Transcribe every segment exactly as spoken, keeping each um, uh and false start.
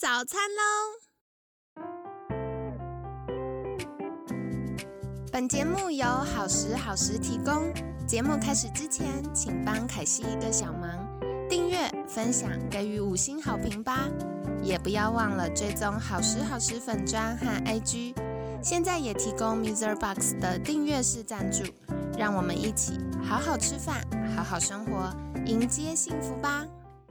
早餐喽！本节目由好时好时提供。节目开始之前，请帮凯西一个小忙，订阅、分享、给予五星好评吧！也不要忘了追踪好时好时粉专和 I G。现在也提供 MixerBox 的订阅式赞助，让我们一起好好吃饭，好好生活，迎接幸福吧！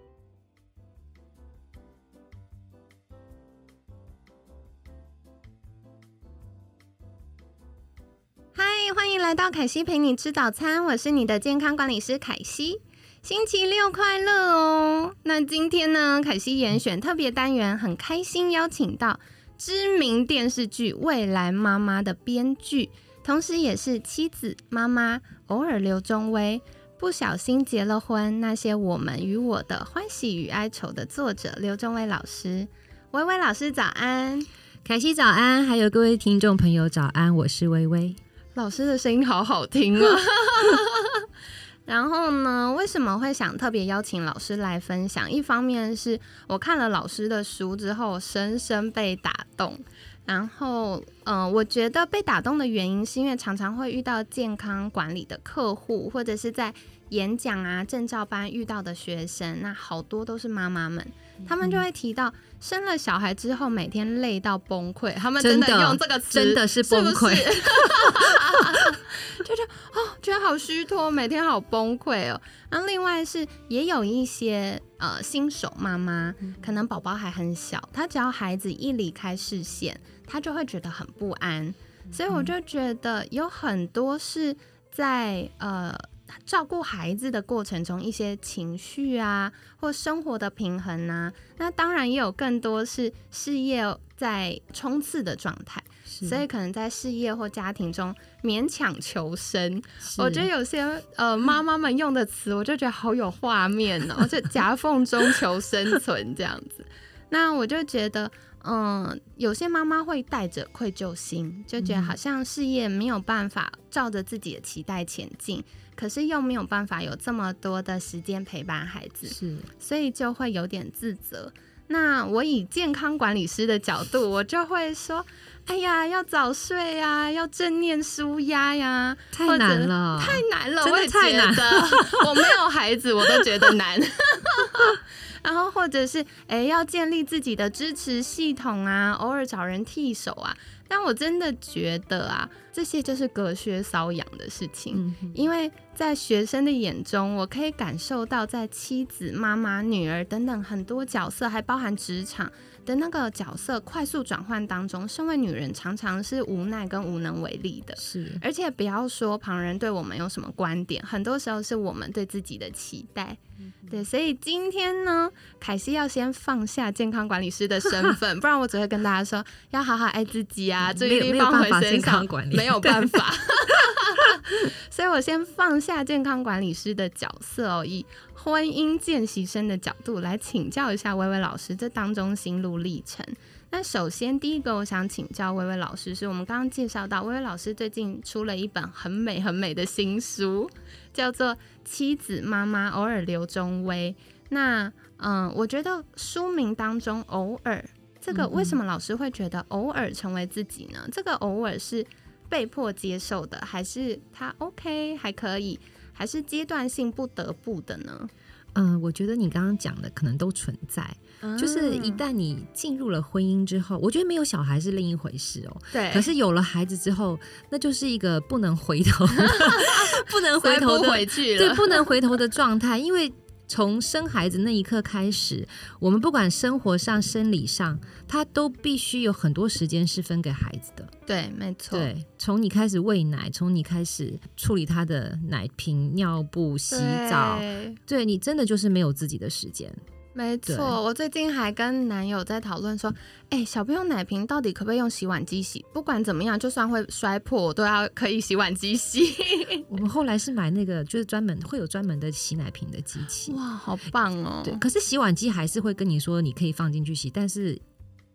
嗨，欢迎来到凯西陪你吃早餐，我是你的健康管理师凯西。星期六快乐哦！那今天呢，凯西严选特别单元，很开心邀请到知名电视剧《未来妈妈》的编剧，同时也是妻子、妈妈，偶尔刘中威，不小心结了婚，那些我们与我的欢喜与哀愁的作者刘中威老师。薇薇老师早安。 凯西早安，还有各位听众朋友早安，我是薇薇。 老师的声音好好听啊！然后呢，为什么会想特别邀请老师来分享？一方面是我看了老师的书之后，深深被打动。然后，嗯、呃，我觉得被打动的原因是因为常常会遇到健康管理的客户，或者是在演讲啊、证照班遇到的学生，那好多都是妈妈们，他们就会提到生了小孩之后每天累到崩溃，他们真的用这个词， 真的是崩溃， 是就觉得哦，觉得好虚脱，每天好崩溃哦。然后另外是也有一些呃新手妈妈，可能宝宝还很小，她只要孩子一离开视线，她就会觉得很不安，所以我就觉得有很多是在呃。照顾孩子的过程中一些情绪啊或生活的平衡啊，那当然也有更多是事业在冲刺的状态，所以可能在事业或家庭中勉强求生。我觉得有些呃妈妈们用的词我就觉得好有画面哦，就夹缝中求生存这样子。那我就觉得嗯，有些妈妈会带着愧疚心，就觉得好像事业没有办法照着自己的期待前进，可是又没有办法有这么多的时间陪伴孩子，是，所以就会有点自责。那我以健康管理师的角度，我就会说，哎呀，要早睡啊，要正念舒压呀， 太难了， 太难了， 真的太难了， 我也觉得我没有孩子，我都觉得难。然后或者是哎，要建立自己的支持系统啊，偶尔找人替手啊。但我真的觉得啊，这些就是隔靴搔痒的事情、嗯、因为在学生的眼中，我可以感受到在妻子、妈妈、女儿等等很多角色，还包含职场的那个角色快速转换当中，身为女人常常是无奈跟无能为力的，是，而且不要说旁人对我们有什么观点，很多时候是我们对自己的期待、嗯、对，所以今天呢，凯西要先放下健康管理师的身份不然我只会跟大家说要好好爱自己啊，注意力放回身上，没有办法所以我先放下健康管理师的角色哦，以婚姻见习生的角度来请教一下薇薇老师这当中心路历程。那首先第一个我想请教薇薇老师，是我们刚刚介绍到薇薇老师最近出了一本很美很美的新书，叫做《妻子妈妈偶尔刘中威》。那嗯，我觉得书名当中偶尔这个，为什么老师会觉得偶尔成为自己呢？这个偶尔是被迫接受的，还是他 OK 还可以，还是阶段性不得不的呢？ 嗯、呃，我觉得你刚刚讲的可能都存在、嗯、就是一旦你进入了婚姻之后，我觉得没有小孩是另一回事哦。对，可是有了孩子之后，那就是一个不能回头的不能回头的不回去了， 对，不能回头的状态。因为从生孩子那一刻开始，我们不管生活上生理上，他都必须有很多时间是分给孩子的。 对，没错。对， 从你开始喂奶，从你开始处理他的奶瓶、尿布、洗澡， 对, 对你真的就是没有自己的时间。 没错，我最近还跟男友在讨论说，哎、欸，小朋友奶瓶到底可不可以用洗碗机洗？不管怎么样，就算会摔破，我都要可以洗碗机洗。 我们后来是买那个，就是专门会有专门的洗奶瓶的机器。 哇，好棒哦！ 对，可是洗碗机还是会跟你说你可以放进去洗，但是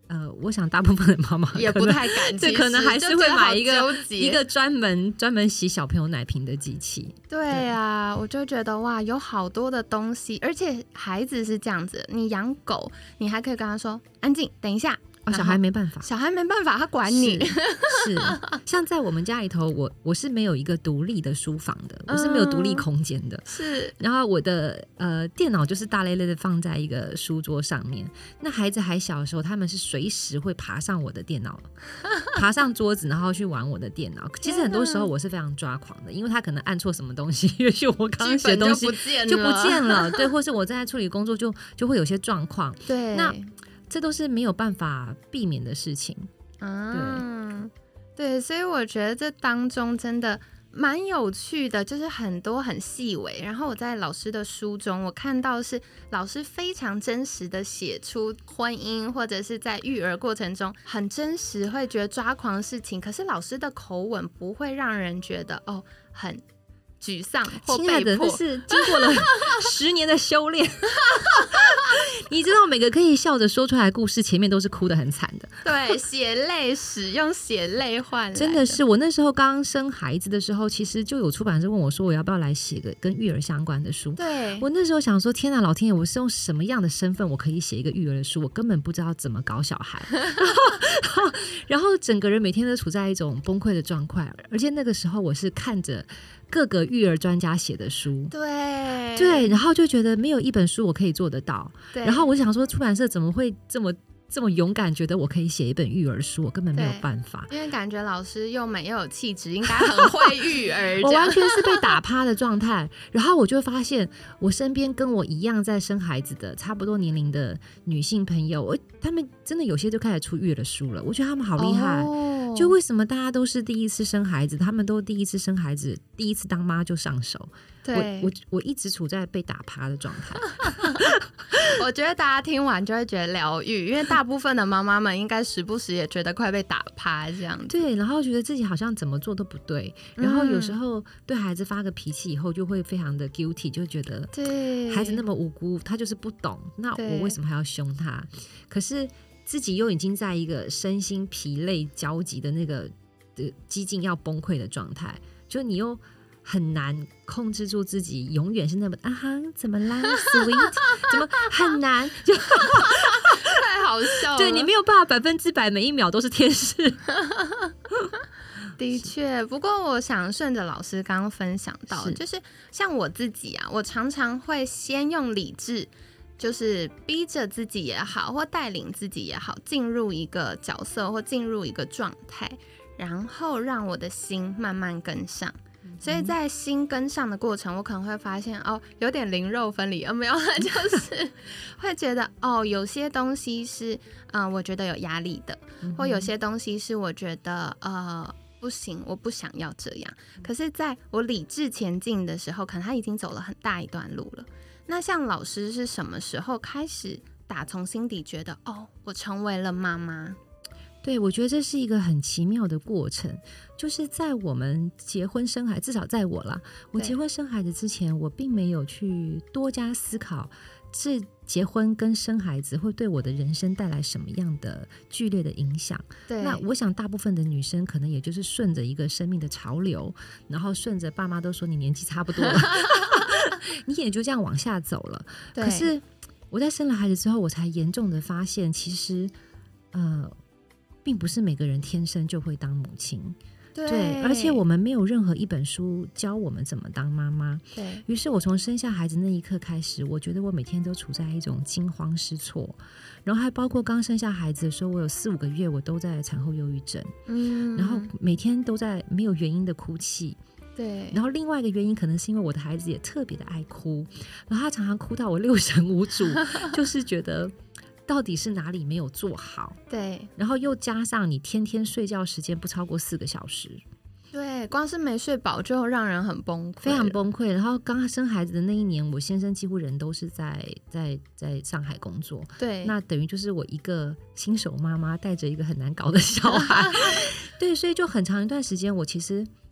呃，我想大部分的妈妈也不太敢， 对，可能还是会买一个一个专门专门洗小朋友奶瓶的机器。 对啊，我就觉得哇，有好多的东西，而且孩子是这样子，你养狗，你还可以跟他说安静，等一下。 哦，小孩没办法， 小孩没办法，他管你。 是，是像在我们家里头，我我是没有一个独立的书房的，我是没有独立空间的。 嗯、是， 然后我的呃电脑就是大咧咧的放在一个书桌上面。那孩子还小的时候，他们是随时会爬上我的电脑，爬上桌子，然后去玩我的电脑。其实很多时候我是非常抓狂的，因为他可能按错什么东西，也许我刚刚写的东西就不见了， 就不见了，对，或是我正在处理工作就就会有些状况。 对， 那这都是没有办法避免的事情。 嗯，对，对，所以我觉得这当中真的蛮有趣的，就是很多很细微。然后我在老师的书中，我看到是老师非常真实的写出婚姻或者是在育儿过程中很真实，会觉得抓狂的事情。可是老师的口吻不会让人觉得哦很沮丧或被迫。亲爱的， 那是经过了十年的修炼。你知道每个可以笑着说出来的故事前面都是哭得很惨的。 对，血泪史，用血泪换来的。 真的是，我那时候刚生孩子的时候，其实就有出版社问我说我要不要来写个跟育儿相关的书。 对， 我那时候想说天哪，老天爷，我是用什么样的身份我可以写一个育儿的书？我根本不知道怎么搞小孩。然后整个人每天都处在一种崩溃的状况，而且那个时候我是看着各个育儿专家写的书， 对对，然后就觉得没有一本书我可以做得到。然后我想说出版社怎么会这么这么勇敢，觉得我可以写一本育儿书，我根本没有办法。 因为感觉老师又美又有气质，应该很会育儿。 我完全是被打趴的状态。然后我就发现我身边跟我一样在生孩子的差不多年龄的女性朋友，我他们真的有些就开始出育儿的书了，我觉得他们好厉害。哦，就为什么大家都是第一次生孩子，他们都第一次生孩子，第一次当妈就上手。 对， 我我我一直处在被打趴的状态。 我觉得大家听完就会觉得疗愈，因为大部分的妈妈们应该时不时也觉得快被打趴这样子。 对，然后觉得自己好像怎么做都不对，然后有时候对孩子发个脾气以后就会非常的 guilty， 就觉得对孩子那么无辜，他就是不懂，那我为什么还要凶他？可是自己又已经在一个身心疲累交集的那个的几近要崩溃的状态，就你又很难控制住自己，永远是那么啊哈，怎么啦 ，sweet， 怎么很难，就太好笑了。 对，你没有办法百分之百每一秒都是天使。 的确，不过我想顺着老师刚刚分享到，是就是像我自己啊，我常常会先用理智，就是逼着自己也好，或带领自己也好，进入一个角色或进入一个状态，然后让我的心慢慢跟上。所以在心跟上的过程，我可能会发现哦，有点灵肉分离，有没有？就是会觉得哦，有些东西是嗯、呃，我觉得有压力的，或有些东西是我觉得呃不行，我不想要这样。可是在我理智前进的时候，可能他已经走了很大一段路了。那像老师是什么时候开始打从心底觉得哦，我成为了妈妈？ 对，我觉得这是一个很奇妙的过程，就是在我们结婚生孩子，至少在我啦，我结婚生孩子之前，我并没有去多加思考这结婚跟生孩子会对我的人生带来什么样的剧烈的影响。对，那我想大部分的女生可能也就是顺着一个生命的潮流，然后顺着爸妈都说你年纪差不多了你也就这样往下走了。可是我在生了孩子之后，我才严重的发现其实呃并不是每个人天生就会当母亲。 对, 对，而且我们没有任何一本书教我们怎么当妈妈。对，于是我从生下孩子那一刻开始，我觉得我每天都处在一种惊慌失措，然后还包括刚生下孩子的时候，我有四五个月我都在产后忧郁症，嗯，然后每天都在没有原因的哭泣。对，然后另外一个原因可能是因为我的孩子也特别的爱哭，然后他常常哭到我六神无主就是觉得到底是哪里没有做好。对，然后又加上你天天睡觉时间不超过四个小时， 对，光是没睡饱就让人很崩溃， 非常崩溃。然后刚生孩子的那一年，我先生几乎人都是在在在上海工作，对，那等于就是我一个新手妈妈带着一个很难搞的小孩对，所以就很长一段时间我其实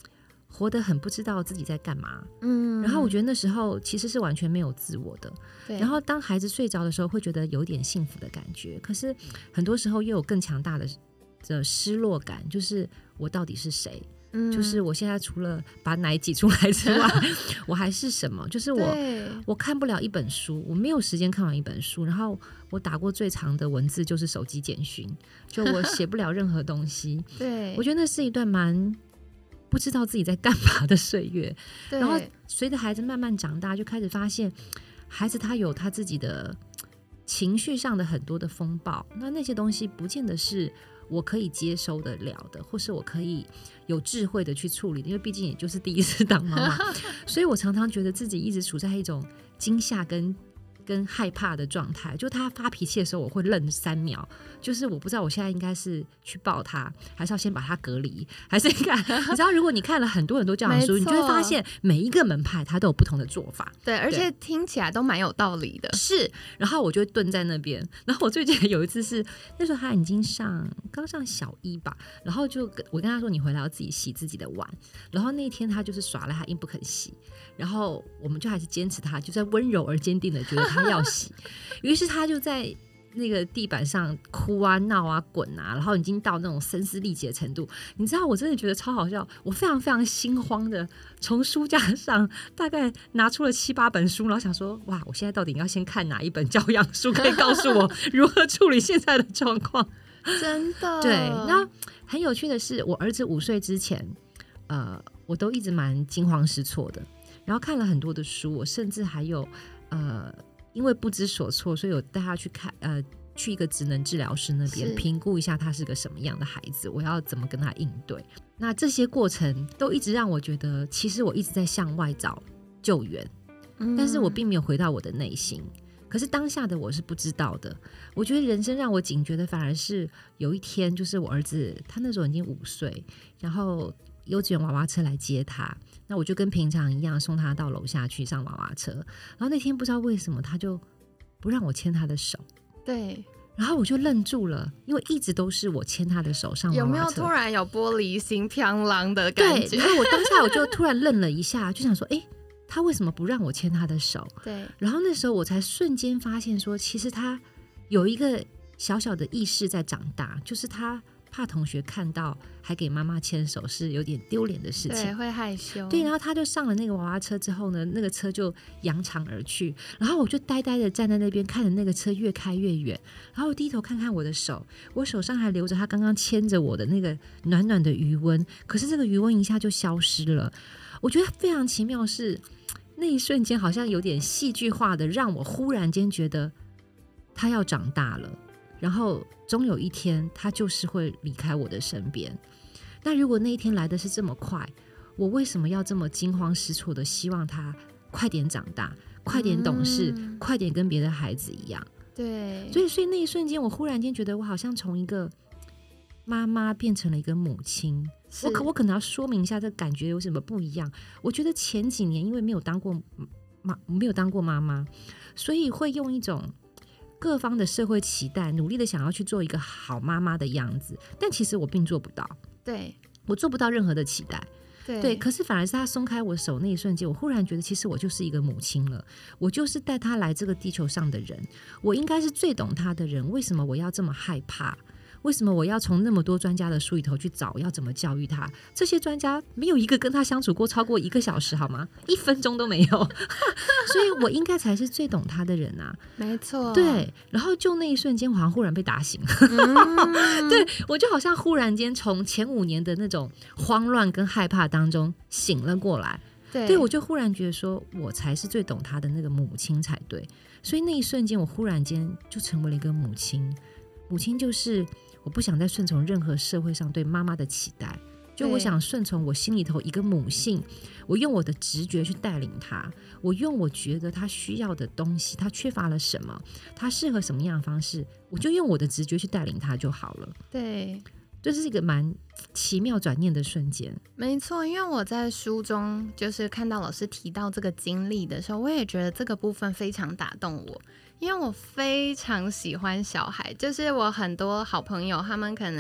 活得很不知道自己在干嘛。嗯，然后我觉得那时候其实是完全没有自我的。对。然后当孩子睡着的时候，会觉得有点幸福的感觉，可是很多时候又有更强大的的失落感，就是我到底是谁？嗯，就是我现在除了把奶挤出来之外我还是什么？就是我我看不了一本书，我没有时间看完一本书，然后我打过最长的文字就是手机简讯，就我写不了任何东西对，我觉得那是一段蛮不知道自己在干嘛的岁月。然后随着孩子慢慢长大，就开始发现孩子他有他自己的情绪上的很多的风暴，那那些东西不见得是我可以接收得了的，或是我可以有智慧的去处理的，因为毕竟也就是第一次当妈妈所以我常常觉得自己一直处在一种惊吓跟跟害怕的状态，就他发脾气的时候我会愣三秒，就是我不知道我现在应该是去抱他，还是要先把他隔离，还是应该你知道如果你看了很多很多教养书，你就会发现每一个门派他都有不同的做法， 对，而且听起来都蛮有道理的。 是，然后我就会蹲在那边，然后我最近有一次是那时候他已经上刚上小一吧，然后就我跟他说你回来要自己洗自己的碗，然后那一天他就是耍赖，他硬不肯洗，然后我们就还是坚持他，就在温柔而坚定的觉得他要洗于是他就在那个地板上哭啊闹啊滚啊，然后已经到那种声嘶力竭的程度，你知道我真的觉得超好笑，我非常非常心慌的从书架上大概拿出了七八本书，然后想说哇我现在到底要先看哪一本教养书可以告诉我如何处理现在的状况真的对。那很有趣的是我儿子五岁之前呃，我都一直蛮惊慌失措的，然后看了很多的书，我甚至还有呃因为不知所措，所以我带他去看呃去一个职能治疗师那边评估一下他是个什么样的孩子，我要怎么跟他应对。那这些过程都一直让我觉得其实我一直在向外找救援、嗯、但是我并没有回到我的内心，可是当下的我是不知道的。我觉得人生让我警觉的反而是有一天，就是我儿子他那时候已经五岁，然后幼稚园娃娃车来接他，那我就跟平常一样送他到楼下去上娃娃车，然后那天不知道为什么他就不让我牵他的手， 对， 然后我就愣住了，因为一直都是我牵他的手上娃娃车， 有没有突然有玻璃心飘浪的感觉？ 对，然后我当下我就突然愣了一下就想说哎，他为什么不让我牵他的手？ 对， 然后那时候我才瞬间发现说其实他有一个小小的意识在长大，就是他怕同学看到还给妈妈牵手是有点丢脸的事情， 对，会害羞。 对，然后他就上了那个娃娃车之后呢，那个车就扬长而去，然后我就呆呆的站在那边看着那个车越开越远，然后我低头看看我的手，我手上还留着他刚刚牵着我的那个暖暖的余温，可是这个余温一下就消失了。我觉得非常奇妙是那一瞬间好像有点戏剧化的让我忽然间觉得他要长大了，然后终有一天他就是会离开我的身边。那如果那一天来的是这么快，我为什么要这么惊慌失措的希望他快点长大，快点懂事、嗯、快点跟别的孩子一样？ 对， 所以所以那一瞬间我忽然间觉得我好像从一个妈妈变成了一个母亲。我可我可能要说明一下这个感觉有什么不一样。我觉得前几年因为没有当过妈没有当过妈妈，所以会用一种各方的社会期待努力的想要去做一个好妈妈的样子，但其实我并做不到。 对， 我做不到任何的期待。 对, 对，可是反而是他松开我手那一瞬间，我忽然觉得其实我就是一个母亲了，我就是带他来这个地球上的人，我应该是最懂他的人。为什么我要这么害怕？为什么我要从那么多专家的书里头去找要怎么教育他？这些专家没有一个跟他相处过超过一个小时好吗？一分钟都没有所以我应该才是最懂他的人啊。 没错， 对，然后就那一瞬间我好像忽然被打醒嗯、对，我就好像忽然间从前五年的那种慌乱跟害怕当中醒了过来。 对, 对，我就忽然觉得说我才是最懂他的那个母亲才对。所以那一瞬间我忽然间就成为了一个母亲。母亲就是我不想再顺从任何社会上对妈妈的期待，就我想顺从我心里头一个母性，我用我的直觉去带领她，我用我觉得她需要的东西，她缺乏了什么，她适合什么样的方式，我就用我的直觉去带领她就好了。 对， 这是一个蛮奇妙转念的瞬间。 没错，因为我在书中就是看到老师提到这个经历的时候，我也觉得这个部分非常打动我，因为我非常喜欢小孩，就是我很多好朋友他们可能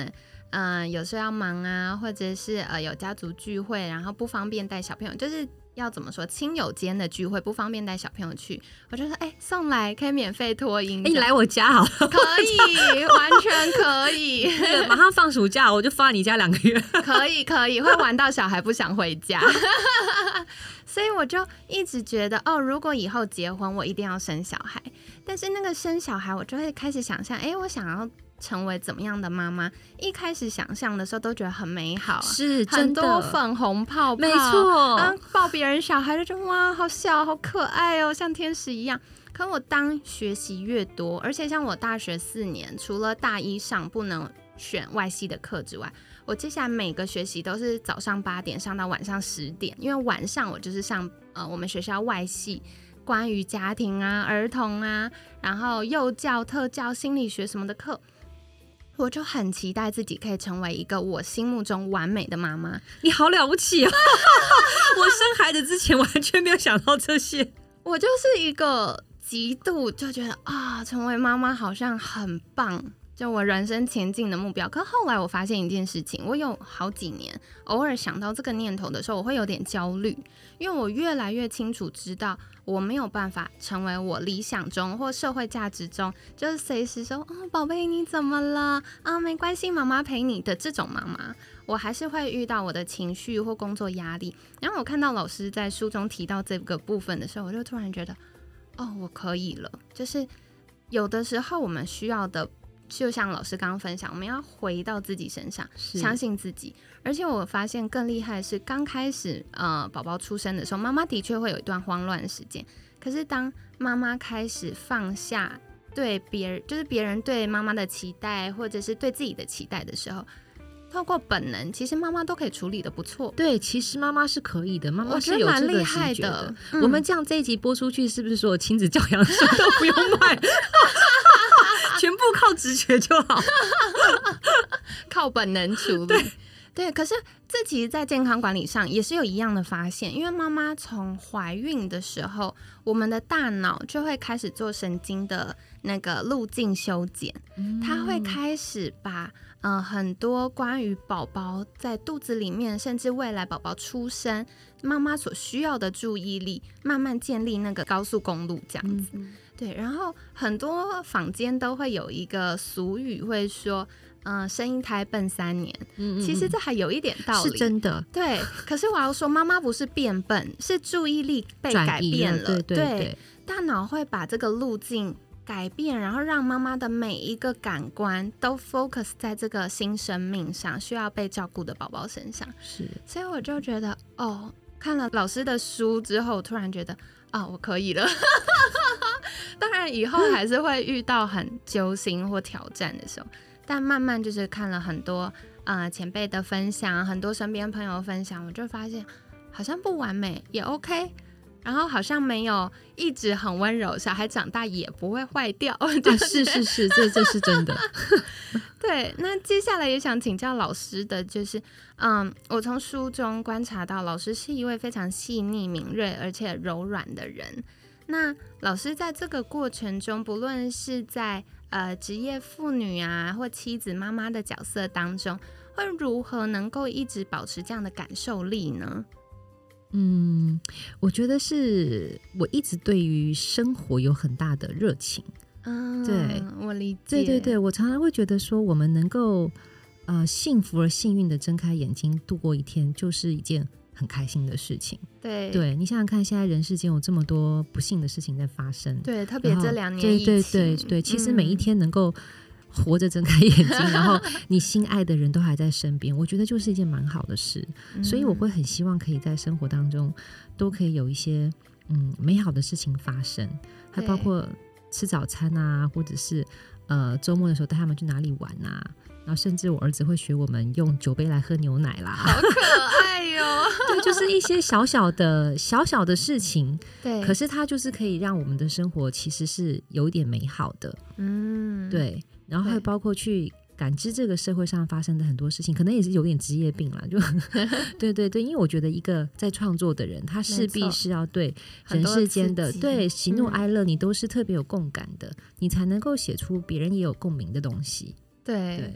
嗯、呃、有时候要忙啊，或者是呃有家族聚会，然后不方便带小朋友，就是要怎么说，亲友间的聚会不方便带小朋友去，我就说哎、欸、送来可以免费托婴， 哎、欸、你来我家好了， 可以，完全可以， 马上放暑假我就放在你家两个月， 可以可以，会玩到小孩不想回家。所以我就一直觉得哦，如果以后结婚我一定要生小孩，但是那个生小孩我就会开始想象，哎、欸，我想要成为怎么样的妈妈？一开始想象的时候都觉得很美好、啊， 是很多粉红泡泡， 没错， 然后抱别人小孩就觉得哇，好小，好可爱哦，像天使一样。可我当学习越多，而且像我大学四年，除了大一上不能选外系的课之外，我接下来每个学习都是早上八点上到晚上十点，因为晚上我就是上呃我们学校外系。关于家庭啊、儿童啊，然后幼教、特教、心理学什么的课，我就很期待自己可以成为一个我心目中完美的妈妈。 你好了不起哦！我生孩子之前完全没有想到这些。 我就是一个极度就觉得啊，成为妈妈好像很棒，就我人生前进的目标。可后来我发现一件事情，我有好几年偶尔想到这个念头的时候，我会有点焦虑，因为我越来越清楚知道我没有办法成为我理想中或社会价值中就是随时说哦宝贝你怎么了啊，没关系妈妈陪你的这种妈妈。我还是会遇到我的情绪或工作压力，然后我看到老师在书中提到这个部分的时候，我就突然觉得哦我可以了。就是有的时候我们需要的就像老师刚刚分享，我们要回到自己身上，相信自己。而且我发现更厉害的是，刚开始呃宝宝出生的时候，妈妈的确会有一段慌乱的时间。可是当妈妈开始放下对别人，就是别人对妈妈的期待，或者是对自己的期待的时候，透过本能，其实妈妈都可以处理的不错。 对，其实妈妈是可以的，妈妈是有这个直觉的。 嗯、 我们这样这一集播出去，是不是所有亲子教养书都不用买？全部靠直觉就好， 靠本能处理。对，对，可是自己在健康管理上也是有一样的发现，因为妈妈从怀孕的时候，我们的大脑就会开始做神经的那个路径修剪，嗯、它会开始把呃很多关于宝宝在肚子里面，甚至未来宝宝出生，妈妈所需要的注意力，慢慢建立那个高速公路这样子。嗯对，然后很多坊间都会有一个俗语会说，嗯、呃，生一胎笨三年。嗯嗯嗯，其实这还有一点道理， 是真的。 对，可是我要说，妈妈不是变笨，是注意力被改变了。 对对 对, 对，大脑会把这个路径改变，然后让妈妈的每一个感官都 focus 在这个新生命上，需要被照顾的宝宝身上。 是， 所以我就觉得，哦，看了老师的书之后，突然觉得，啊、哦，我可以了。当然以后还是会遇到很揪心或挑战的时候，但慢慢就是看了很多呃前辈的分享，很多身边朋友的分享，我就发现好像不完美也 OK， 然后好像没有一直很温柔，小孩长大也不会坏掉。啊、 是是是，这这是真的。 对，那接下来也想请教老师的就是，嗯，我从书中观察到，老师是一位非常细腻、敏锐而且柔软的人。那老师在这个过程中，不论是在呃职业妇女啊，或妻子、妈妈的角色当中，会如何能够一直保持这样的感受力呢？ 嗯，我觉得是我一直对于生活有很大的热情。 嗯， 对， 我理解。 对对对，我常常会觉得说，我们能够呃幸福而幸运的睁开眼睛度过一天，就是一件很开心的事情。 对对，你想想看，现在人世间有这么多不幸的事情在发生， 对，特别这两年疫情， 对对对对，其实每一天能够活着睁开眼睛，嗯、然后你心爱的人都还在身边，我觉得就是一件蛮好的事。嗯、所以我会很希望可以在生活当中都可以有一些嗯美好的事情发生，还包括吃早餐啊，或者是呃周末的时候带他们去哪里玩啊。然后甚至我儿子会学我们用酒杯来喝牛奶啦， 好可爱哟、哦！ 对，就是一些小小的小小的事情， 对， 可是它就是可以让我们的生活其实是有一点美好的，嗯，对。然后还包括去感知这个社会上发生的很多事情，可能也是有点职业病啦，就对对对，因为我觉得一个在创作的人，他势必是要对人世间的对喜怒哀乐，你都是特别有共感的，嗯、你才能够写出别人也有共鸣的东西。 对。对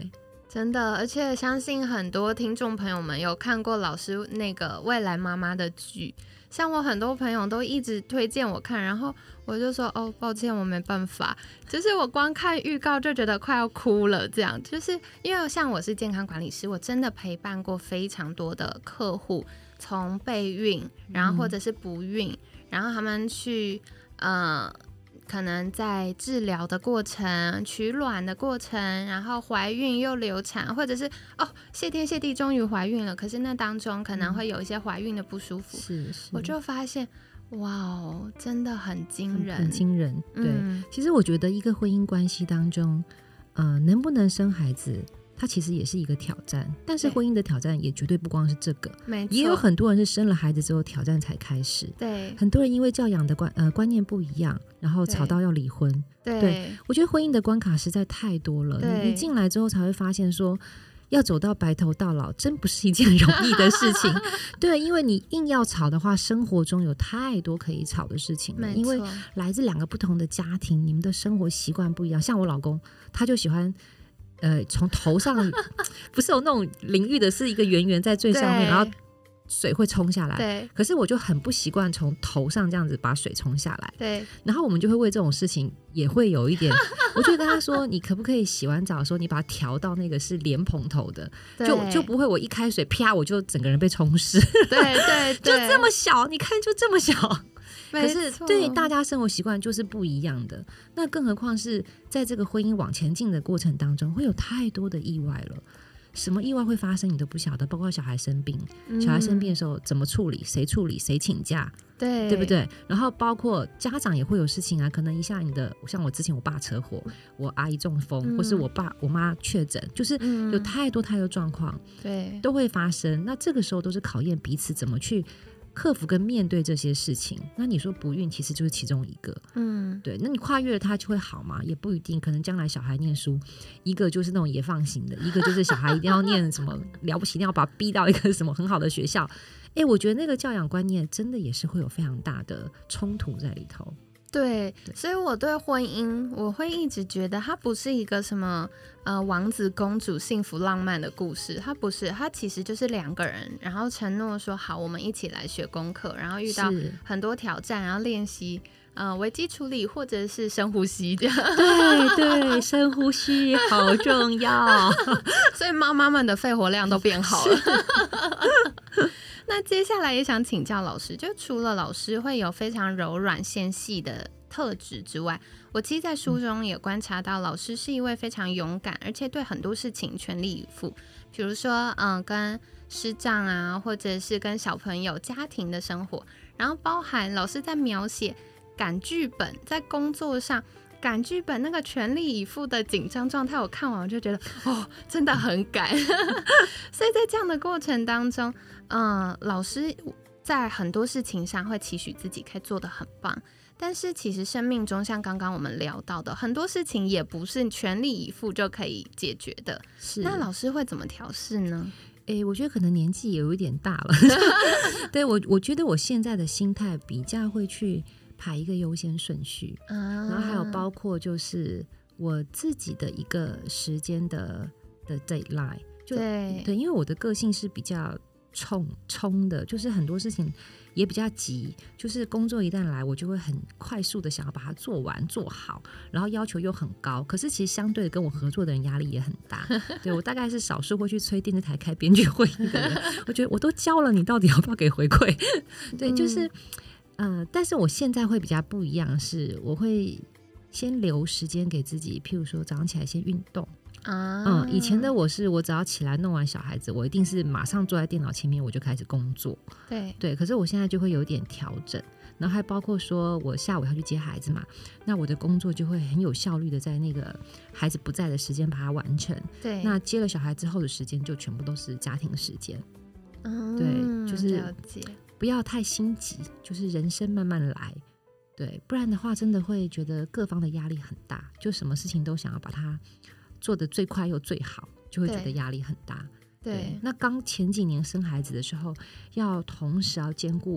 真的，而且相信很多听众朋友们有看过老师那个未来妈妈的剧，像我很多朋友都一直推荐我看，然后我就说哦，抱歉，我没办法，就是我光看预告就觉得快要哭了。这样，就是因为像我是健康管理师，我真的陪伴过非常多的客户，从备孕，然后或者是不孕，嗯、然后他们去呃。可能在治疗的过程、取卵的过程，然后怀孕又流产，或者是哦谢天谢地终于怀孕了，可是那当中可能会有一些怀孕的不舒服， 是是， 我就发现哇哦，真的很惊人， 很, 很惊人。对、 嗯， 其实我觉得一个婚姻关系当中，呃，能不能生孩子，它其实也是一个挑战，但是婚姻的挑战也绝对不光是这个，也有很多人是生了孩子之后挑战才开始。 对， 很多人因为教养的观呃观念不一样，然后吵到要离婚。 对， 对，我觉得婚姻的关卡实在太多了，你你进来之后才会发现说，要走到白头到老，真不是一件容易的事情。对，因为你硬要吵的话，生活中有太多可以吵的事情了，因为来自两个不同的家庭，你们的生活习惯不一样。像我老公，他就喜欢。呃，从头上不是有那种淋浴的，是一个圆圆在最上面，然后水会冲下来。 对， 可是我就很不习惯从头上这样子把水冲下来。 对， 然后我们就会为这种事情也会有一点，我就跟他说，你可不可以洗完澡的时候，你把它调到那个是莲蓬头的，就就不会我一开水啪我就整个人被冲湿。 对对对， 就这么小，你看就这么小。可是对大家生活习惯就是不一样的，那更何况是在这个婚姻往前进的过程当中，会有太多的意外了。什么意外会发生你都不晓得，包括小孩生病、嗯、小孩生病的时候怎么处理，谁处理，谁请假， 对对不对？然后包括家长也会有事情啊，可能一下你的，像我之前我爸车祸，我阿姨中风、嗯、或是我爸我妈确诊，就是有太多太多状况、嗯、 对， 都会发生。那这个时候都是考验彼此怎么去克服跟面对这些事情。那你说不孕其实就是其中一个，嗯，对。那你跨越了它就会好吗？也不一定，可能将来小孩念书，一个就是那种野放型的，一个就是小孩一定要念什么了不起，一定要把他逼到一个什么很好的学校。哎，我觉得那个教养观念真的也是会有非常大的冲突在里头。 对，所以我对婚姻，我会一直觉得它不是一个什么呃王子公主幸福浪漫的故事，它不是，它其实就是两个人，然后承诺说好，我们一起来学功课，然后遇到很多挑战，然后练习呃危机处理或者是深呼吸这样。 对对，深呼吸好重要， 所以妈妈们的肺活量都变好了。那接下来也想请教老师，就除了老师会有非常柔软纤细的特质之外，我其实在书中也观察到老师是一位非常勇敢，而且对很多事情全力以赴，比如说嗯，跟师长啊，或者是跟小朋友家庭的生活，然后包含老师在描写赶剧本，在工作上赶剧本那个全力以赴的紧张状态，我看完我就觉得哦，真的很赶。所以在这样的过程当中，嗯，老师在很多事情上会期许自己可以做得很棒，但是其实生命中像刚刚我们聊到的，很多事情也不是全力以赴就可以解决的。是，那老师会怎么调试呢？ 欸，我觉得可能年纪也有一点大了。对，我我觉得我现在的心态比较会去排一个优先顺序，啊、然后还有包括就是我自己的一个时间的的 deadline， 就 对, 对，因为我的个性是比较冲冲的，就是很多事情也比较急，就是工作一旦来，我就会很快速的想要把它做完做好，然后要求又很高，可是其实相对的跟我合作的人压力也很大。对，我大概是少数会去催电视台开编剧会议的人。我觉得我都教了，你到底要不要给回馈？对，就是呃，但是我现在会比较不一样，是我会先留时间给自己，譬如说早上起来先运动。啊、嗯，以前的我是我只要起来弄完小孩子，我一定是马上坐在电脑前面我就开始工作。 对对，可是我现在就会有点调整，然后还包括说我下午要去接孩子嘛，那我的工作就会很有效率的在那个孩子不在的时间把它完成。 对， 那接了小孩之后的时间就全部都是家庭时间。嗯，对，就是了解， 不要太心急，就是人生慢慢来。对，不然的话真的会觉得各方的压力很大，就什么事情都想要把它做得最快又最好，就会觉得压力很大。 对, 对，那刚前几年生孩子的时候，要同时要兼顾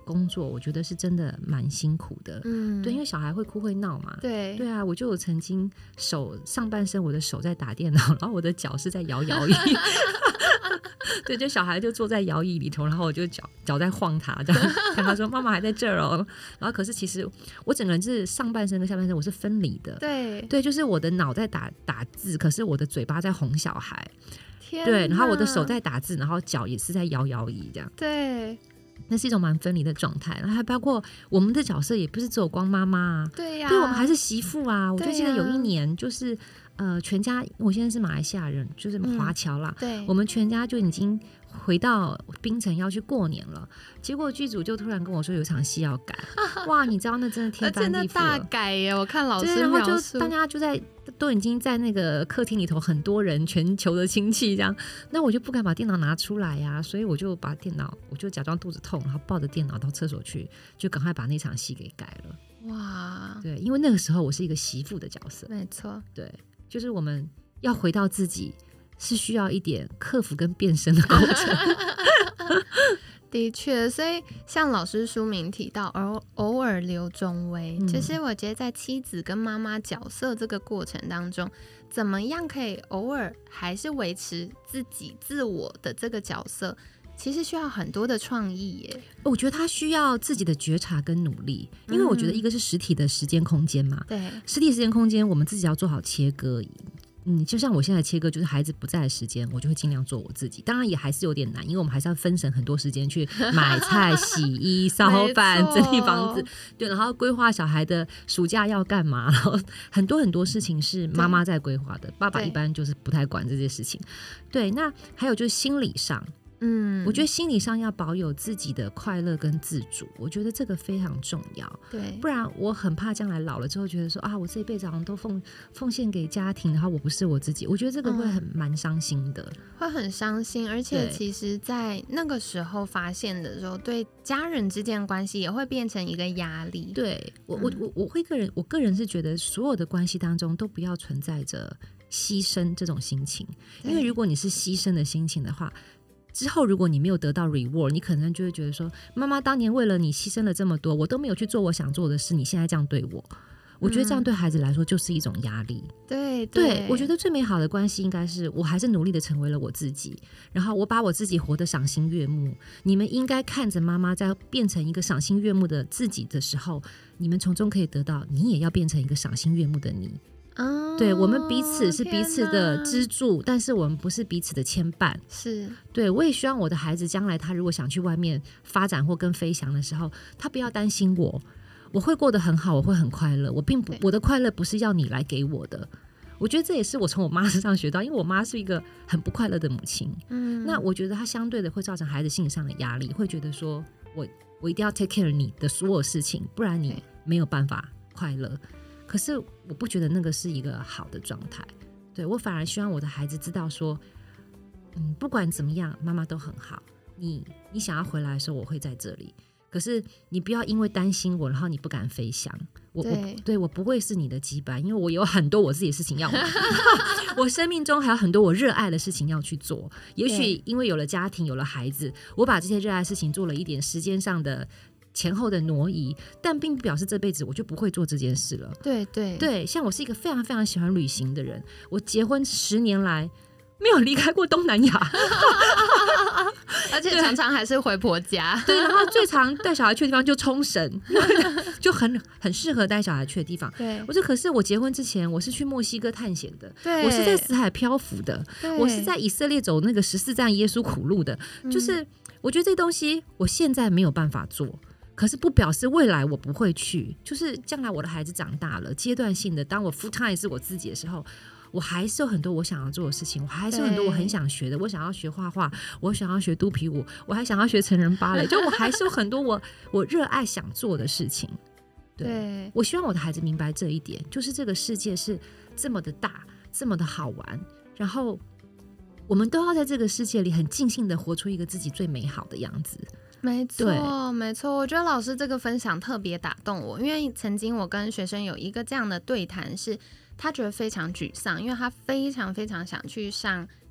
工作，我觉得是真的蛮辛苦的。嗯，对，因为小孩会哭会闹嘛。 对对啊，我就有曾经手上半身我的手在打电脑，然后我的脚是在摇摇椅。对，就小孩就坐在摇椅里头，然后我就脚脚在晃他，这样看他说妈妈还在这儿哦。然后可是其实我整个人是上半身跟下半身我是分离的。 对对，就是我的脑在打打字，可是我的嘴巴在哄小孩。 天哪， 对，然后我的手在打字，然后脚也是在摇摇椅这样。 对， 那是一种蛮分离的状态。然后还包括我们的角色也不是只有光妈妈啊， 对呀、啊， 对，我们还是媳妇啊。我就记得有一年就是呃，全家，我现在是马来西亚人，就是华侨啦、嗯、 对， 我们全家就已经回到槟城要去过年了，结果剧组就突然跟我说有场戏要改。哇，你知道那真的天翻地覆了， 大改耶！我看老师然后描述， 就大家就在都已经在那个客厅里头，很多人，全球的亲戚这样，那我就不敢把电脑拿出来呀、啊，所以我就把电脑，我就假装肚子痛，然后抱着电脑到厕所去，就赶快把那场戏给改了。哇，对，因为那个时候我是一个媳妇的角色， 没错， 对，就是我们要回到自己，是需要一点克服跟变身的过程。 的确，所以像老师书名提到偶偶尔留中微、嗯、就是我觉得在妻子跟妈妈角色这个过程当中，怎么样可以偶尔还是维持自己自我的这个角色，其实需要很多的创意耶。 我觉得他需要自己的觉察跟努力，因为我觉得一个是实体的时间空间嘛， 对、 嗯，实体时间空间我们自己要做好切割。嗯，就像我现在切割，就是孩子不在的时间，我就会尽量做我自己。当然也还是有点难，因为我们还是要分省很多时间去买菜、洗衣、烧饭、整理房子，对，然后规划小孩的暑假要干嘛，然后很多很多事情是妈妈在规划的，爸爸一般就是不太管这些事情。对，那还有就是心理上。嗯，我觉得心理上要保有自己的快乐跟自主，我觉得这个非常重要。 对， 不然我很怕将来老了之后觉得说啊，我这一辈子好像都奉奉献给家庭，然后我不是我自己，我觉得这个会很蛮伤心的， 会很伤心。而且其实在那个时候发现的时候，对家人之间的关系也会变成一个压力。 对，我我我我会个人，我个人是觉得所有的关系当中都不要存在着牺牲这种心情，因为如果你是牺牲的心情的话，之后如果你没有得到 reward， 你可能就会觉得说，妈妈当年为了你牺牲了这么多，我都没有去做我想做的事，你现在这样对我，我觉得这样对孩子来说就是一种压力。 嗯、对对, 对，我觉得最美好的关系应该是我还是努力的成为了我自己，然后我把我自己活得赏心悦目，你们应该看着妈妈在变成一个赏心悦目的自己的时候，你们从中可以得到你也要变成一个赏心悦目的你。哦、对，我们彼此是彼此的支柱，但是我们不是彼此的牵绊。 是， 对，我也希望我的孩子将来他如果想去外面发展或跟飞翔的时候，他不要担心我，我会过得很好，我会很快乐，我并不，我的快乐不是要你来给我的。我觉得这也是我从我妈身上学到，因为我妈是一个很不快乐的母亲。嗯，那我觉得她相对的会造成孩子心理上的压力，会觉得说我我一定要 take care 你的所有事情，不然你没有办法快乐。可是我不觉得那个是一个好的状态，对，我反而希望我的孩子知道说，嗯，不管怎么样，妈妈都很好。你你想要回来的时候，我会在这里。可是你不要因为担心我，然后你不敢飞翔。我对我对我不会是你的羁绊，因为我有很多我自己的事情要忙。我生命中还有很多我热爱的事情要去做。也许因为有了家庭，有了孩子，我把这些热爱的事情做了一点时间上的前后的挪移，但并不表示这辈子我就不会做这件事了。 对对对，像我是一个非常非常喜欢旅行的人，我结婚十年来没有离开过东南亚。 而且常常还是回婆家。 对，然后最常带小孩去的地方就冲绳，就很很适合带小孩去的地方。 对， 我说可是我结婚之前我是去墨西哥探险的， 对， 我是在死海漂浮的，我是在以色列走那个十四站耶稣苦路的，就是我觉得这东西我现在没有办法做，可是不表示未来我不会去，就是将来我的孩子长大了，阶段性的当我 full time 是我自己的时候，我还是有很多我想要做的事情，我还是有很多我很想学的，我想要学画画，我想要学肚皮舞，我还想要学成人芭蕾，就我还是有很多我我热爱想做的事情。 对, 对，我希望我的孩子明白这一点，就是这个世界是这么的大，这么的好玩，然后我们都要在这个世界里很尽兴的活出一个自己最美好的样子。 没错没错，我觉得老师这个分享特别打动我，因为曾经我跟学生有一个这样的对谈，是他觉得非常沮丧，因为他非常非常想去上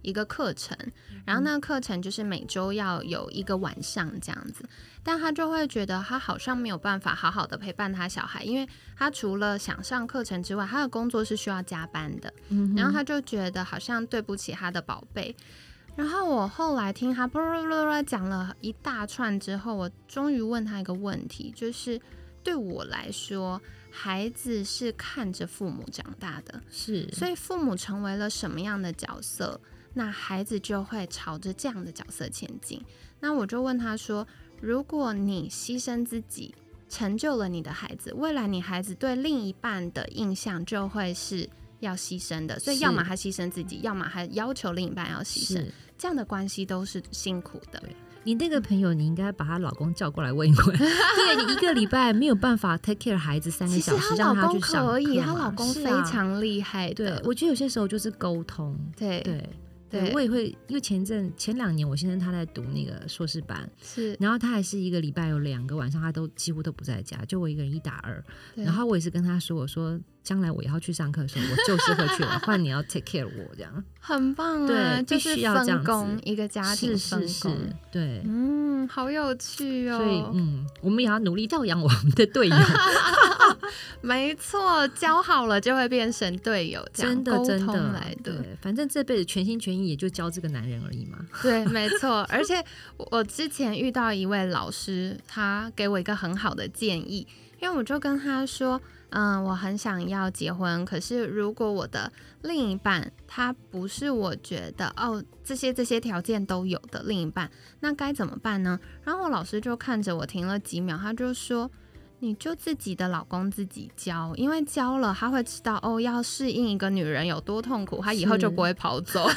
一个课程，然后那个课程就是每周要有一个晚上这样子，但他就会觉得他好像没有办法好好的陪伴他小孩，因为他除了想上课程之外，他的工作是需要加班的，然后他就觉得好像对不起他的宝贝。然后我后来听他讲了一大串之后，我终于问他一个问题，就是对我来说，孩子是看着父母长大的， 是， 所以父母成为了什么样的角色，那孩子就会朝着这样的角色前进。那我就问他说，如果你牺牲自己成就了你的孩子，未来你孩子对另一半的印象就会是要牺牲的，所以要么他牺牲自己，要么还要求另一半要牺牲，这样的关系都是辛苦的。 你那个朋友，你应该把她老公叫过来问一问。对，你一个礼拜没有办法 take care 孩子三个小时，让他去上课， 可以，她老公非常厉害的。 对，我觉得有些时候就是沟通。 对对。对，我也会，因为前阵前两年我先生他在读那个硕士班， 是， 然后他还是一个礼拜有两个晚上他都几乎都不在家，就我一个人一打二，然后我也是跟他说，我说将来我要去上课的时候，我就是会去了，换你要 take care 我这样， 很棒啊， 对，必须要这样子， 就是分工一个家庭分工， 是是是，对， 嗯，好有趣哦， 所以嗯，我们也要努力教养我们的队友。 没错，教好了就会变成队友， 真的真的来的。 对，反正这辈子全心全意也就教这个男人而已嘛。 对，没错。而且我之前遇到一位老师，他给我一个很好的建议，因为我就跟他说，嗯，我很想要结婚，可是如果我的另一半他不是我觉得哦这些这些条件都有的另一半，那该怎么办呢？然后我老师就看着我停了几秒，他就说，你就自己的老公自己教，因为教了他会知道哦，要适应一个女人有多痛苦，他以后就不会跑走。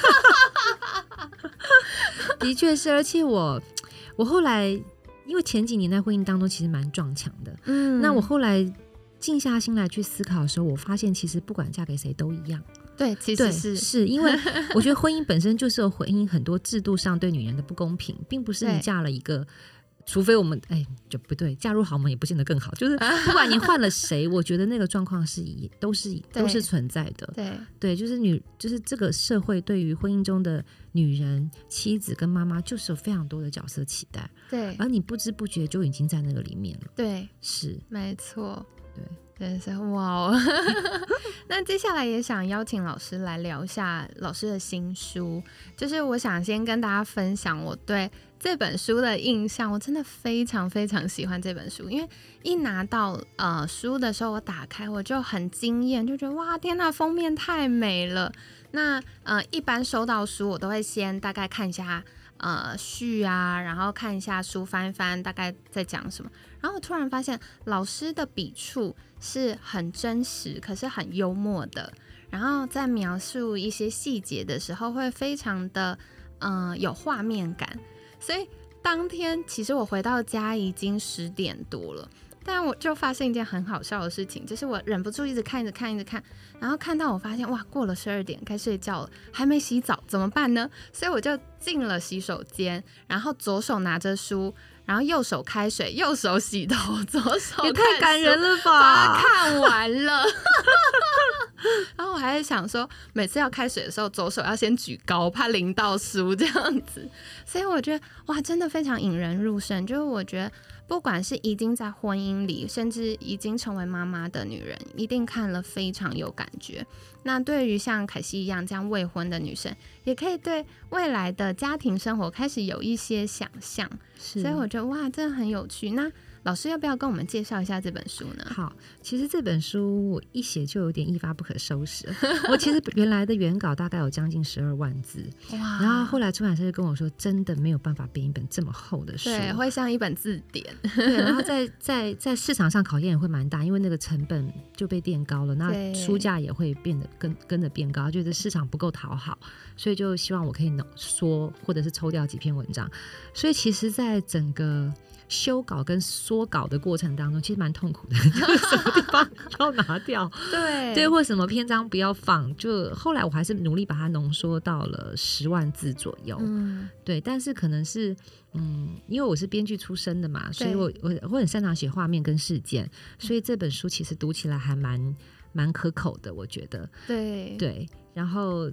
的确是，而且我我后来因为前几年在婚姻当中其实蛮撞墙的，嗯，那我后来静下心来去思考的时候，我发现其实不管嫁给谁都一样。 对，其实是是因为我觉得婚姻本身就是有婚姻很多制度上对女人的不公平，并不是你嫁了一个。除非我们哎，就不对，嫁入豪门也不见得更好。就是不管你换了谁，我觉得那个状况是都是都是存在的。 对对，就是女，就是这个社会对于婚姻中的女人、妻子跟妈妈，就是有非常多的角色期待。 对， 而你不知不觉就已经在那个里面了。 对， 是没错。 对。 真是哇哦！那接下来也想邀请老师来聊一下老师的新书，就是我想先跟大家分享我对这本书的印象，我真的非常非常喜欢这本书，因为一拿到呃书的时候，我打开我就很惊艳，就觉得哇天哪，封面太美了。那呃一般收到书我都会先大概看一下呃序啊，然后看一下书翻一翻大概在讲什么，然后我突然发现老师的笔触是很真实可是很幽默的，然后在描述一些细节的时候会非常的呃有画面感，所以当天其实我回到家已经十点多了，但我就发现一件很好笑的事情，就是我忍不住一直看一直看一直看，然后看到我发现哇过了十二点该睡觉了，还没洗澡怎么办呢？所以我就进了洗手间，然后左手拿着书，然后右手开水，右手洗头，左手也太感人了吧， 把它看完了。然后我还在想说，每次要开水的时候，左手要先举高，怕淋到书这样子。所以我觉得哇，真的非常引人入胜。就是我觉得，不管是已经在婚姻里，甚至已经成为妈妈的女人，一定看了非常有感觉。那对于像凯西一样这样未婚的女生，也可以对未来的家庭生活开始有一些想象。所以我觉得哇，真的很有趣。那老师要不要跟我们介绍一下这本书呢？ 好，其实这本书我一写就有点一发不可收拾。我其实原来的原稿大概有将近十二万字，哇！然后后来出版社就跟我说，真的没有办法编一本这么厚的书， 对，会像一本字典。 对，然后在在在市场上考验也会蛮大，因为那个成本就被垫高了，那书价也会变得跟跟着变高，觉得市场不够讨好，所以就希望我可以缩或者是抽掉几篇文章。所以其实，在整个修稿跟缩稿的过程当中，其实蛮痛苦的，就是什么地方要拿掉， 对对，或什么篇章不要放，就后来我还是努力把它浓缩到了十万字左右，嗯，对，但是可能是嗯，因为我是编剧出身的嘛，所以我我我很擅长写画面跟事件，所以这本书其实读起来还蛮蛮可口的，我觉得， 对对，然后。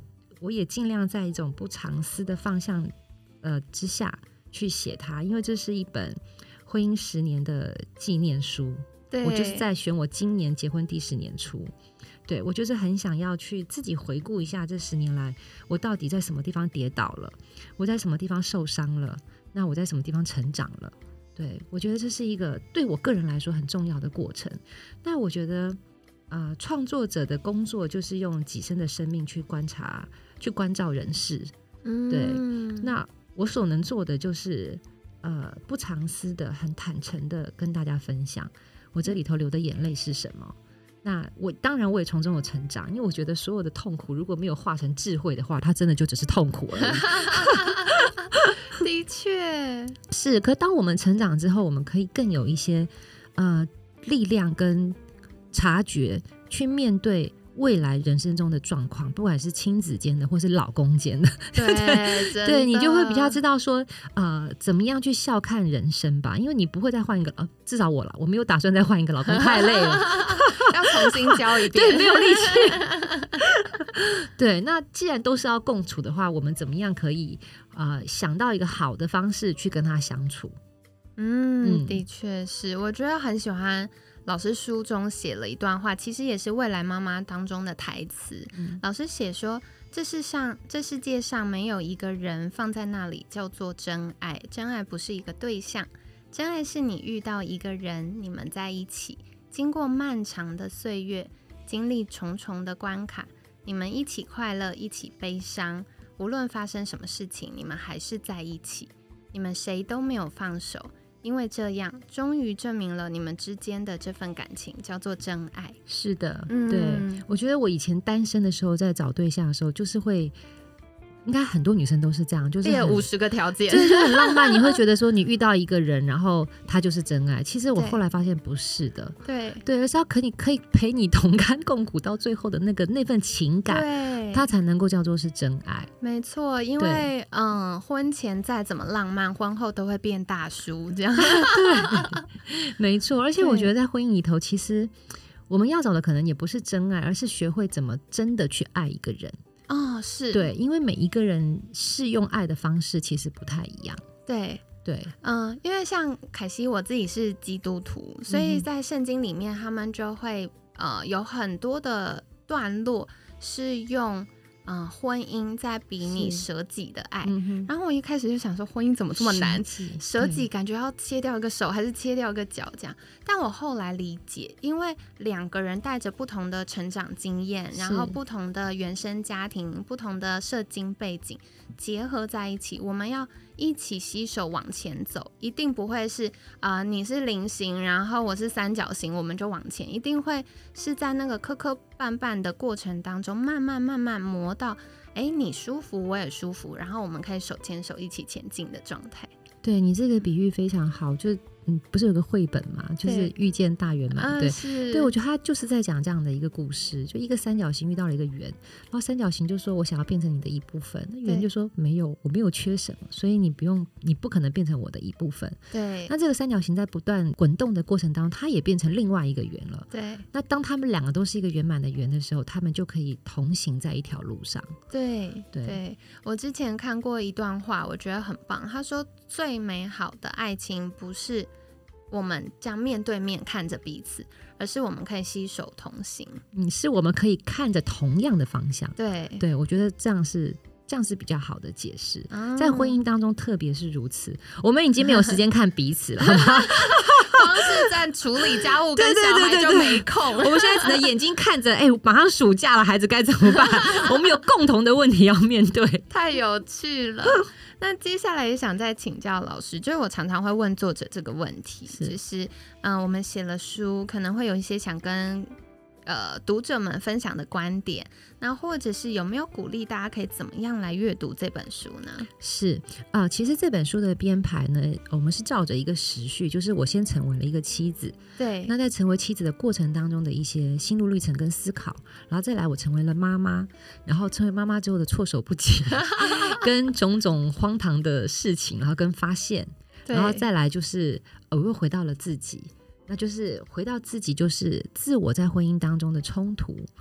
我也尽量在一种不藏私的方向呃之下去写它，因为这是一本婚姻十年的纪念书。我就是在选我今年结婚第十年出，对，我就是很想要去自己回顾一下这十年来我到底在什么地方跌倒了，我在什么地方受伤了，那我在什么地方成长了。对，我觉得这是一个对我个人来说很重要的过程。那我觉得呃，创作者的工作就是用己身的生命去观察去关照人世。嗯，对，那我所能做的就是呃，不藏私的很坦诚的跟大家分享我这里头流的眼泪是什么。那我当然我也从中有成长，因为我觉得所有的痛苦如果没有化成智慧的话，它真的就只是痛苦而已。 的确是，可当我们成长之后，我们可以更有一些呃力量跟察觉去面对未来人生中的状况，不管是亲子间的或是老公间的。 对对，你就会比较知道说呃怎么样去笑看人生吧，因为你不会再换一个呃，至少我了，我没有打算再换一个老公，太累了。 要重新教一遍。 对，没有力气。对，那既然都是要共处的话，我们怎么样可以呃想到一个好的方式去跟他相处。 嗯，嗯的确是，我觉得很喜欢老师书中写了一段话，其实也是未来妈妈当中的台词。嗯、老师写说，这世上这世界上没有一个人放在那里叫做真爱，真爱不是一个对象，真爱是你遇到一个人，你们在一起，经过漫长的岁月，经历重重的关卡，你们一起快乐，一起悲伤，无论发生什么事情，你们还是在一起，你们谁都没有放手。因为这样终于证明了你们之间的这份感情叫做真爱。 是的，嗯、对，我觉得我以前单身的时候在找对象的时候就是会，应该很多女生都是这样，就是列五十个条件， 就是就很浪漫。你会觉得说你遇到一个人，然后他就是真爱。其实我后来发现不是的， 对对，而是要可你可以陪你同甘共苦到最后的那个那份情感， 对， 它才能够叫做是真爱。 没错，因为嗯，婚前再怎么浪漫，婚后都会变大叔这样。 对，没错。而且我觉得在婚姻里头，其实我们要找的可能也不是真爱，而是学会怎么真的去爱一个人。 哦，是， 对，因为每一个人适用爱的方式其实不太一样。 对对， 嗯，因为像凯西我自己是基督徒，所以在圣经里面他们就会呃有很多的段落是用呃婚姻在比拟舍己的爱、嗯、然后我一开始就想说婚姻怎么这么难，舍己感觉要切掉一个手还是切掉一个脚这样，但我后来理解，因为两个人带着不同的成长经验，然后不同的原生家庭，不同的社经背景结合在一起，我们要一起携手往前走，一定不会是、呃、你是菱形然后我是三角形我们就往前，一定会是在那个磕磕绊绊的过程当中慢慢慢慢磨到哎，你舒服我也舒服，然后我们可以手牵手一起前进的状态。 对，你这个比喻非常好，就嗯，不是有个绘本嘛，就是遇见大圆满，对、嗯、对，我觉得他就是在讲这样的一个故事，就一个三角形遇到了一个圆，然后三角形就说我想要变成你的一部分，那圆就说没有，我没有缺什么，所以你不用，你不可能变成我的一部分。 对， 那这个三角形在不断滚动的过程当中，它也变成另外一个圆了。 对， 那当他们两个都是一个圆满的圆的时候，他们就可以同行在一条路上。 对对, 对，我之前看过一段话，我觉得很棒，他说最美好的爱情不是我们这样面对面看着彼此，而是我们可以携手同行。 嗯，是我们可以看着同样的方向。 对对，我觉得这样是这样是比较好的解释、嗯、在婚姻当中特别是如此，我们已经没有时间看彼此了光是在处理家务跟小孩就没空， 我们现在只能眼睛看着哎、欸，马上暑假了，孩子该怎么办我们有共同的问题要面对。 太有趣了那接下来也想再请教老师，就是我常常会问作者这个问题，是就是嗯、呃，我们写了书，可能会有一些想跟呃读者们分享的观点，那或者是有没有鼓励大家可以怎么样来阅读这本书呢？ 是啊、呃，其实这本书的编排呢，我们是照着一个时序，就是我先成为了一个妻子， 对， 那在成为妻子的过程当中的一些心路历程跟思考，然后再来我成为了妈妈，然后成为妈妈之后的措手不及跟种种荒唐的事情，然后跟发现，然后再来就是我又回到了自己，那就是回到自己，就是自我在婚姻当中的冲突，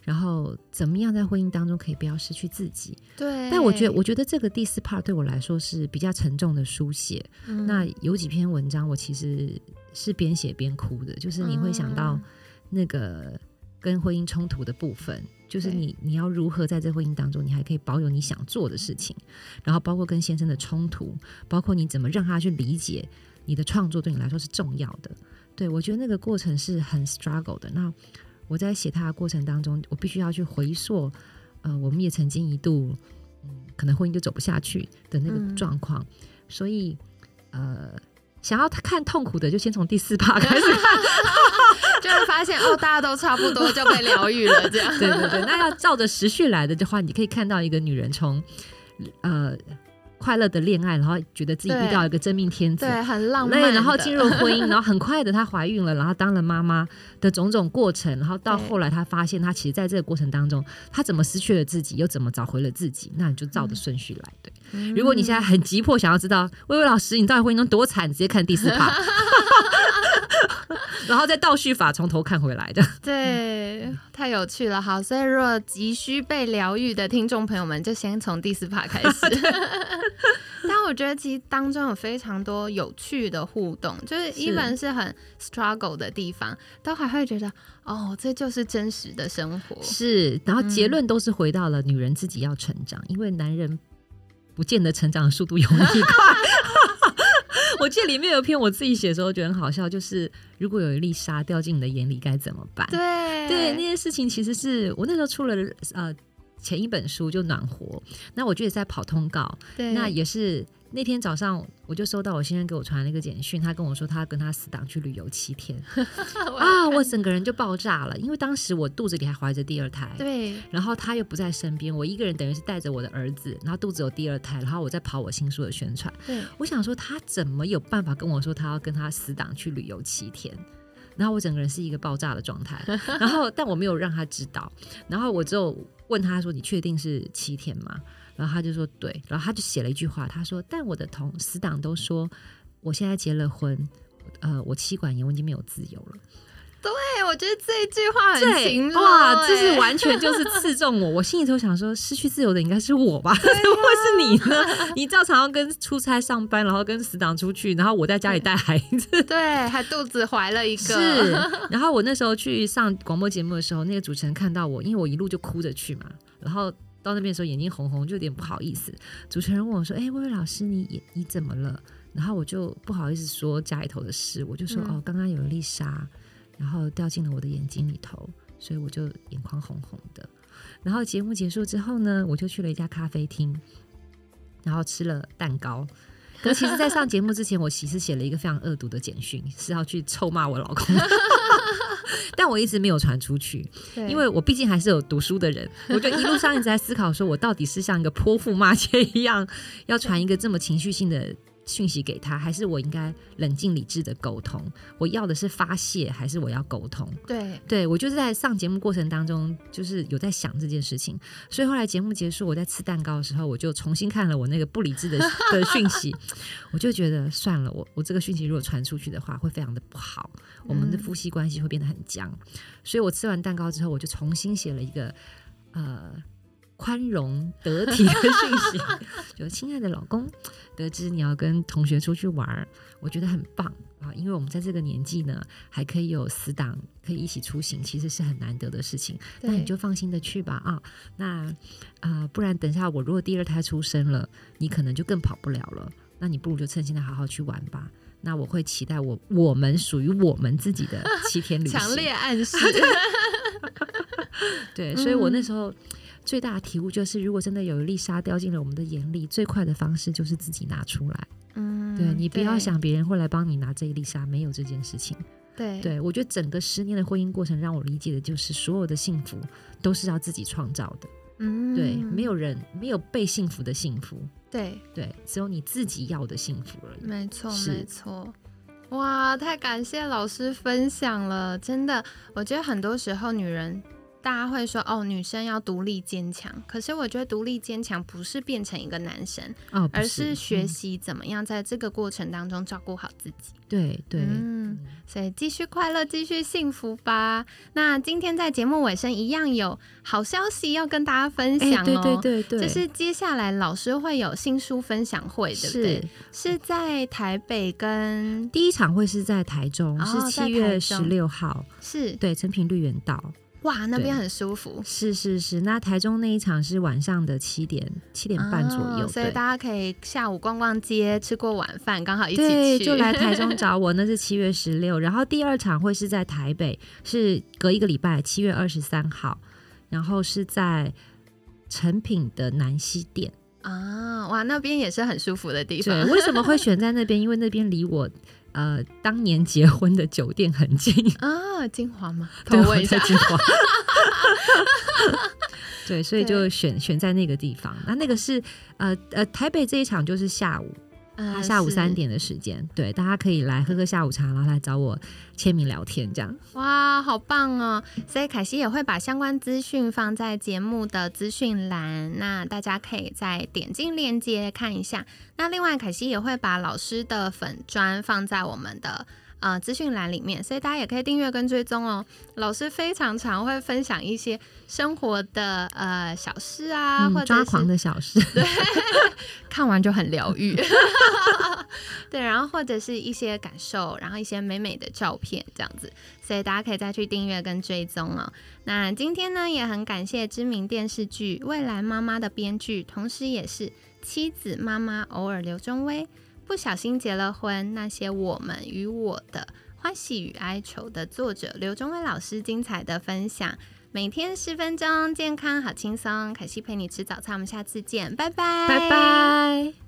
然后怎么样在婚姻当中可以不要失去自己。 对， 但我觉得我觉得这个第四 part 对我来说是比较沉重的书写、嗯、那有几篇文章我其实是边写边哭的，就是你会想到那个跟婚姻冲突的部分，就是你你要如何在这婚姻当中你还可以保有你想做的事情，然后包括跟先生的冲突，包括你怎么让他去理解你的创作对你来说是重要的。对，我觉得那个过程是很 struggle 的。那我在写他的过程当中，我必须要去回溯呃，我们也曾经一度、嗯、可能婚姻就走不下去的那个状况、嗯、所以呃，想要看痛苦的就先从第四趴开始看就会发现哦，大家都差不多就被疗愈了这样对对对，那要照着时序来的话，你可以看到一个女人从呃快乐的恋爱，然后觉得自己遇到一个真命天子， 对，很浪漫的， 然后进入婚姻，然后很快的她怀孕了，然后当了妈妈的种种过程，然后到后来她发现她其实在这个过程当中她怎么失去了自己，又怎么找回了自己，那你就照着顺序来。对、嗯，如果你现在很急迫想要知道薇薇老师你到底婚姻中多惨，直接看第四趴然后再倒叙法从头看回来的。 对，太有趣了。好，所以如果急需被疗愈的听众朋友们就先从第四趴开始但我觉得其实当中有非常多有趣的互动，就是 even 是很 struggle 的地方都还会觉得哦，这就是真实的生活。 是，然后结论都是回到了女人自己要成长、嗯、因为男人不见得成长的速度有你快我记得里面有一篇我自己写的时候觉得很好笑，就是如果有一粒沙掉进你的眼里该怎么办。 对对，那件事情其实是我那时候出了呃前一本书就暖和，那我就也在跑通告，那也是那天早上我就收到我先生给我传了一个简讯，他跟我说他跟他死党去旅游七天啊，我整个人就爆炸了，因为当时我肚子里还怀着第二胎， 对， 然后他又不在身边，我一个人等于是带着我的儿子，然后肚子有第二胎，然后我在跑我新书的宣传，对，我想说他怎么有办法跟我说他要跟他死党去旅游七天，然后我整个人是一个爆炸的状态然后但我没有让他知道，然后我只有问他说你确定是七天吗？然后他就说对，然后他就写了一句话，他说但我的同死党都说我现在结了婚，呃，我妻管严，我已经没有自由了。 对，我觉得这一句话很情勒、欸、 哇，这是完全就是刺中我我心里头想说失去自由的应该是我吧，怎么会是你呢？你照常要跟出差上班，然后跟死党出去，然后我在家里带孩子， 对，还肚子怀了一个。 是，然后我那时候去上广播节目的时候，那个主持人看到我，因为我一路就哭着去嘛，然后到那边的时候眼睛红红，就有点不好意思。主持人问我说：“哎、欸，薇薇老师，你你怎么了？”然后我就不好意思说家里头的事，我就说：“嗯、哦，刚刚有一粒沙，然后掉进了我的眼睛里头，所以我就眼眶红红的。”然后节目结束之后呢，我就去了一家咖啡厅，然后吃了蛋糕。可是其实在上节目之前我其实写了一个非常恶毒的简讯，是要去臭骂我老公但我一直没有传出去，因为我毕竟还是有读书的人，我就一路上一直在思考说我到底是像一个泼妇骂街一样要传一个这么情绪性的讯息给他，还是我应该冷静理智的沟通，我要的是发泄还是我要沟通。 对对，我就是在上节目过程当中就是有在想这件事情，所以后来节目结束我在吃蛋糕的时候，我就重新看了我那个不理智的的讯息我就觉得算了，我我这个讯息如果传出去的话会非常的不好，我们的夫妻关系会变得很僵、嗯、所以我吃完蛋糕之后我就重新写了一个呃宽容得体的讯息就亲爱的老公，得知你要跟同学出去玩，我觉得很棒啊，因为我们在这个年纪呢还可以有死党可以一起出行，其实是很难得的事情，那你就放心的去吧啊，那、呃、不然等下我如果第二胎出生了，你可能就更跑不了了，那你不如就趁现在好好去玩吧，那我会期待我我们属于我们自己的七天旅行强烈暗示对，所以我那时候最大的体悟就是，如果真的有一粒沙掉进了我们的眼里，最快的方式就是自己拿出来。嗯，对，你不要想别人会来帮你拿这一粒沙，没有这件事情。 对， 对，我觉得整个十年的婚姻过程让我理解的就是，所有的幸福都是要自己创造的。嗯，对，没有人没有被幸福的幸福。对对，只有你自己要的幸福而已。 没错，没错。哇，太感谢老师分享了，真的，我觉得很多时候女人大家会说哦，女生要独立坚强，可是我觉得独立坚强不是变成一个男生、哦、而是学习怎么样在这个过程当中照顾好自己。 对对、嗯、 嗯，所以继续快乐，继续幸福吧。那今天在节目尾声一样有好消息要跟大家分享哦，欸、 对对对对， 就是接下来老师会有新书分享会，对不对？是, 是在台北跟第一场会是在台中，哦、是七月十六号， 是对成品绿园道。 哇，那边很舒服。 是是是，那台中那一场是晚上的七点七点半左右、哦， 所以大家可以下午逛逛街，吃过晚饭，刚好一起去， 对，就来台中找我。那是七月十六，然后第二场会是在台北，是隔一个礼拜，七月二十三号，然后是在成品的南西店啊，哇，那边也是很舒服的地方。 对，为什么会选在那边？因为那边离我。呃，当年结婚的酒店很近啊，金华吗？ 对，我在金华。对，所以就选选在那个地方。那那个是呃呃，台北这一场就是下午，他下午三点的时间，对，大家可以来喝喝下午茶，然后来找我签名聊天，这样。 哇，好棒哦！所以凯西也会把相关资讯放在节目的资讯栏，那大家可以再点进链接看一下。那另外，凯西也会把老师的粉专放在我们的呃资讯栏里面，所以大家也可以订阅跟追踪哦。老师非常常会分享一些生活的呃小事啊， 嗯、 或者是抓狂的小事， 对，看完就很疗愈。对，然后或者是一些感受，然后一些美美的照片这样子，所以大家可以再去订阅跟追踪哦。那今天呢，也很感谢知名电视剧《未来妈妈》的编剧，同时也是妻子妈妈偶尔刘中威，不小心结了婚，那些我们与我的欢喜与哀愁的作者刘中威老师精彩的分享。每天十分钟，健康好轻松。凯西陪你吃早餐，我们下次见，拜拜， 拜拜。